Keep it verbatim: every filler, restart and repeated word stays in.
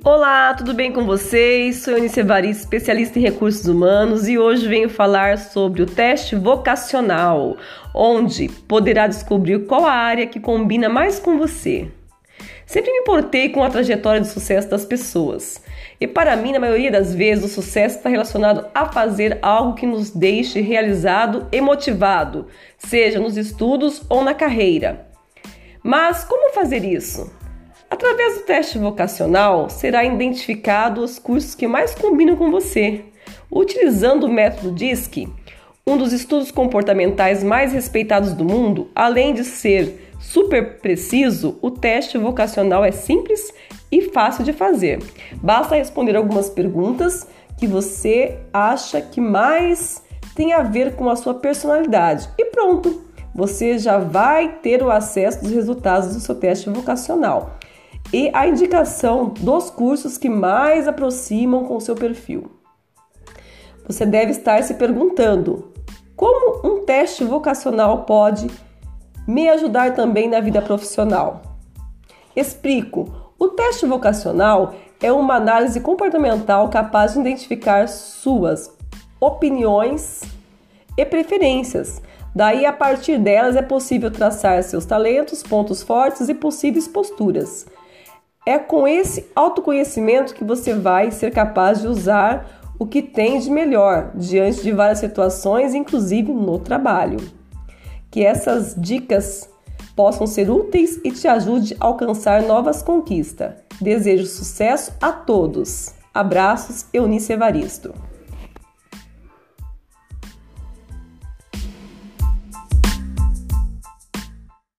Olá, tudo bem com vocês? Sou Eunice Evaristo, especialista em recursos humanos, e hoje venho falar sobre o teste vocacional, onde poderá descobrir qual a área que combina mais com você. Sempre me importei com a trajetória de sucesso das pessoas, e para mim, na maioria das vezes, o sucesso está relacionado a fazer algo que nos deixe realizado e motivado, seja nos estudos ou na carreira. Mas como fazer isso? Através do teste vocacional, será identificado os cursos que mais combinam com você. Utilizando o método D I S C, um dos estudos comportamentais mais respeitados do mundo, além de ser super preciso, o teste vocacional é simples e fácil de fazer. Basta responder algumas perguntas que você acha que mais tem a ver com a sua personalidade e pronto, você já vai ter o acesso dos resultados do seu teste vocacional e a indicação dos cursos que mais aproximam com o seu perfil. Você deve estar se perguntando: como um teste vocacional pode me ajudar também na vida profissional? Explico. O teste vocacional é uma análise comportamental capaz de identificar suas opiniões e preferências. Daí, a partir delas, é possível traçar seus talentos, pontos fortes e possíveis posturas. É com esse autoconhecimento que você vai ser capaz de usar o que tem de melhor diante de várias situações, inclusive no trabalho. Que essas dicas possam ser úteis e te ajude a alcançar novas conquistas. Desejo sucesso a todos. Abraços, Eunice Evaristo.